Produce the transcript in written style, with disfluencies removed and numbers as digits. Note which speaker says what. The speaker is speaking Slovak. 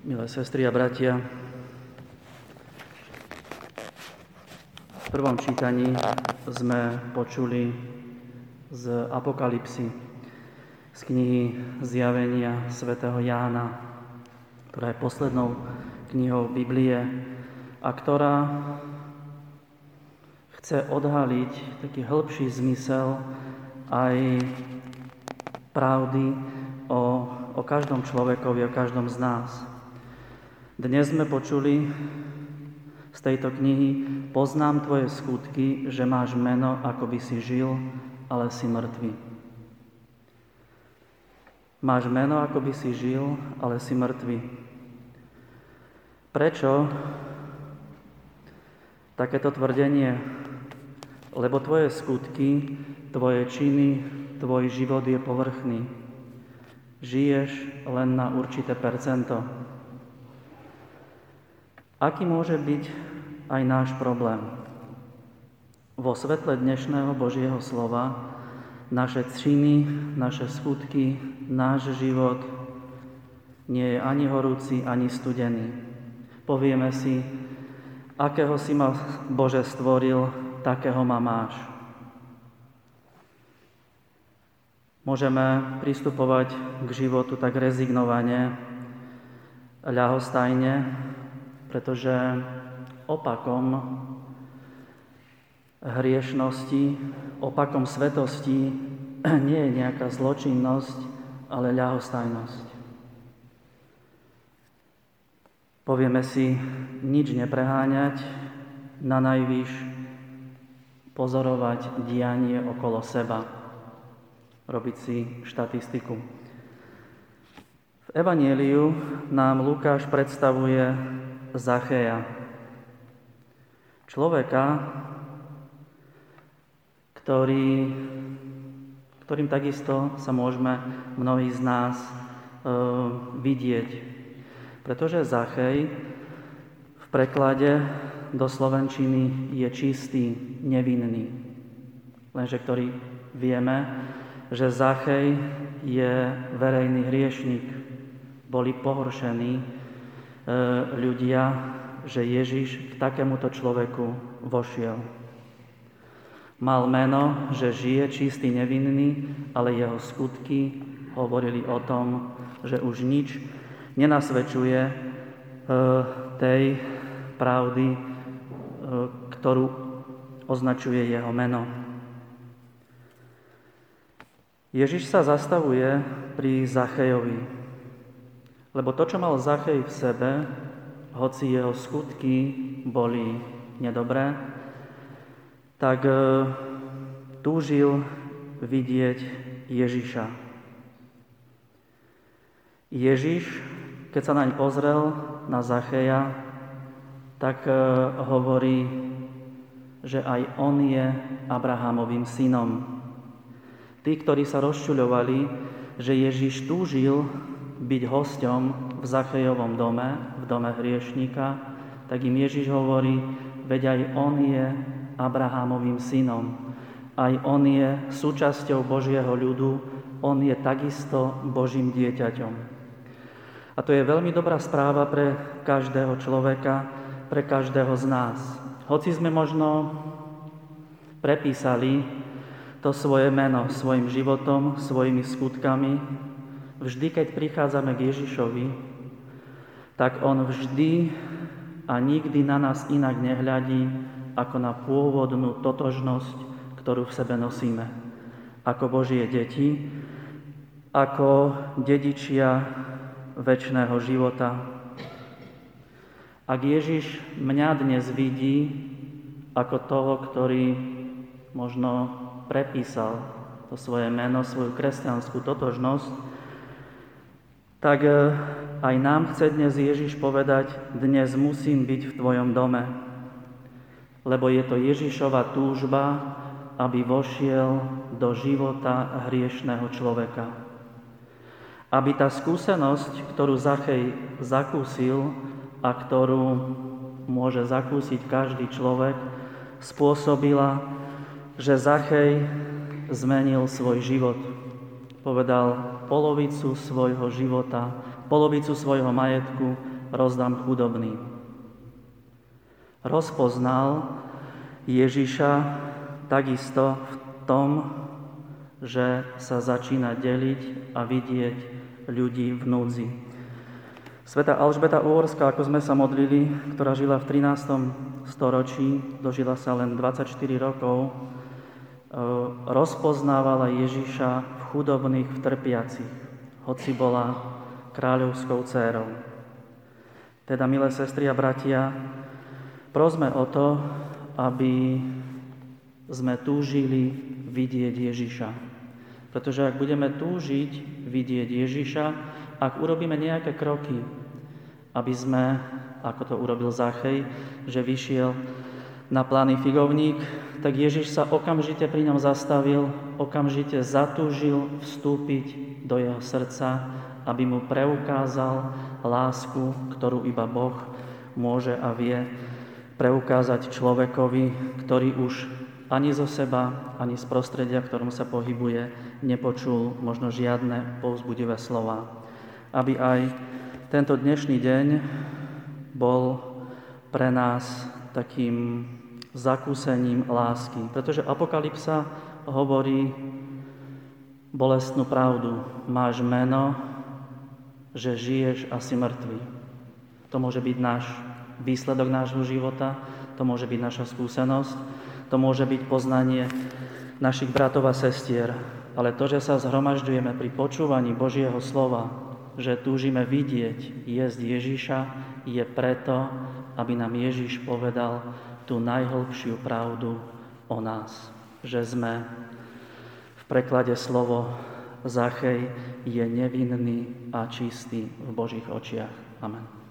Speaker 1: Milé sestry a bratia, v prvom čítaní sme počuli z Apokalypsy, z knihy Zjavenia svätého Jána, ktorá je poslednou knihou Biblie a ktorá chce odhaliť taký hĺbší zmysel aj pravdy o každom človekovi, o každom z nás. Dnes sme počuli z tejto knihy: Poznám tvoje skutky, že máš meno, ako by si žil, ale si mŕtvy. Máš meno, ako by si žil, ale si mŕtvy. Prečo takéto tvrdenie? Lebo tvoje skutky, tvoje činy, tvoj život je povrchný. Žiješ len na určité percento. Aký môže byť aj náš problém? Vo svetle dnešného Božieho slova naše činy, naše skutky, náš život nie je ani horúci, ani studený. Povieme si: akého si ma Bože stvoril, takého ma máš. Môžeme pristupovať k životu tak rezignovane, ľahostajne, pretože opakom hriešnosti, opakom svetosti nie je nejaká zločinnosť, ale ľahostajnosť. Povieme si nič nepreháňať, nanajvýš pozorovať dianie okolo seba, robiť si štatistiku. V Evanjeliu nám Lukáš predstavuje Zachéja, človeka, ktorým takisto sa môžeme mnohí z nás vidieť. Pretože Zachej v preklade do slovenčiny je čistý, nevinný. Lenže ktorý vieme, že Zachej je verejný hriešnik. Boli pohoršení ľudia, že Ježiš k takémuto človeku vošiel. Mal meno, že žije čistý, nevinný, ale jeho skutky hovorili o tom, že už nič nenasvedčuje tej pravdy, ktorú označuje jeho meno. Ježiš sa zastavuje pri Zachejovi, lebo to, čo mal Zachej v sebe, hoci jeho skutky boli nedobré, tak túžil vidieť Ježiša. Ježiš, keď sa naň pozrel, na Zacheja, tak hovorí, že aj on je Abrahamovým synom. Tí, ktorí sa rozčuľovali, že Ježiš túžil byť hosťom v Zachejovom dome, v dome hriešnika, tak im Ježiš hovorí: veď aj on je Abrahamovým synom. Aj on je súčasťou Božieho ľudu, on je takisto Božím dieťaťom. A to je veľmi dobrá správa pre každého človeka, pre každého z nás. Hoci sme možno prepísali to svoje meno svojim životom, svojimi skutkami, vždy, keď prichádzame k Ježišovi, tak on vždy a nikdy na nás inak nehľadí, ako na pôvodnú totožnosť, ktorú v sebe nosíme. Ako Božie deti, ako dedičia večného života. Ak Ježiš mňa dnes vidí ako toho, ktorý možno prepísal to svoje meno, svoju kresťanskú totožnosť, tak aj nám chce dnes Ježiš povedať: dnes musím byť v tvojom dome. Lebo je to Ježišova túžba, aby vošiel do života hriešného človeka. Aby tá skúsenosť, ktorú Zachej zakúsil a ktorú môže zakúsiť každý človek, spôsobila, že Zachej zmenil svoj život. Povedal: polovicu svojho života, polovicu svojho majetku rozdám chudobným. Rozpoznal Ježiša takisto v tom, že sa začína deliť a vidieť ľudí v núdzi. Svätá Alžbeta Uhorská, ako sme sa modlili, ktorá žila v 13. storočí, dožila sa len 24 rokov, rozpoznávala Ježiša v chudobných, v trpiacich, hoci bola kráľovskou dcérou. Teda, milé sestry a bratia, prosme o to, aby sme túžili vidieť Ježiša. Pretože ak budeme túžiť vidieť Ježiša, ak urobíme nejaké kroky, aby sme, ako to urobil Zachej, že vyšiel na planý figovník, tak Ježiš sa okamžite pri ňom zastavil, okamžite zatúžil vstúpiť do jeho srdca, aby mu preukázal lásku, ktorú iba Boh môže a vie preukázať človekovi, ktorý už ani zo seba, ani z prostredia, v ktorom sa pohybuje, nepočul možno žiadne povzbudivé slova. Aby aj tento dnešný deň bol pre nás takým zakúsením lásky. Pretože Apokalypsa hovorí bolestnú pravdu. Máš meno, že žiješ a si mŕtvý. To môže byť náš výsledok nášho života, to môže byť naša skúsenosť, to môže byť poznanie našich bratov a sestier. Ale to, že sa zhromažďujeme pri počúvaní Božieho slova, že túžime vidieť, jesť Ježiša, je preto, aby nám Ježiš povedal tú najhlbšiu pravdu o nás. Že sme, v preklade slovo Zachej, je nevinný a čistý v Božích očiach. Amen.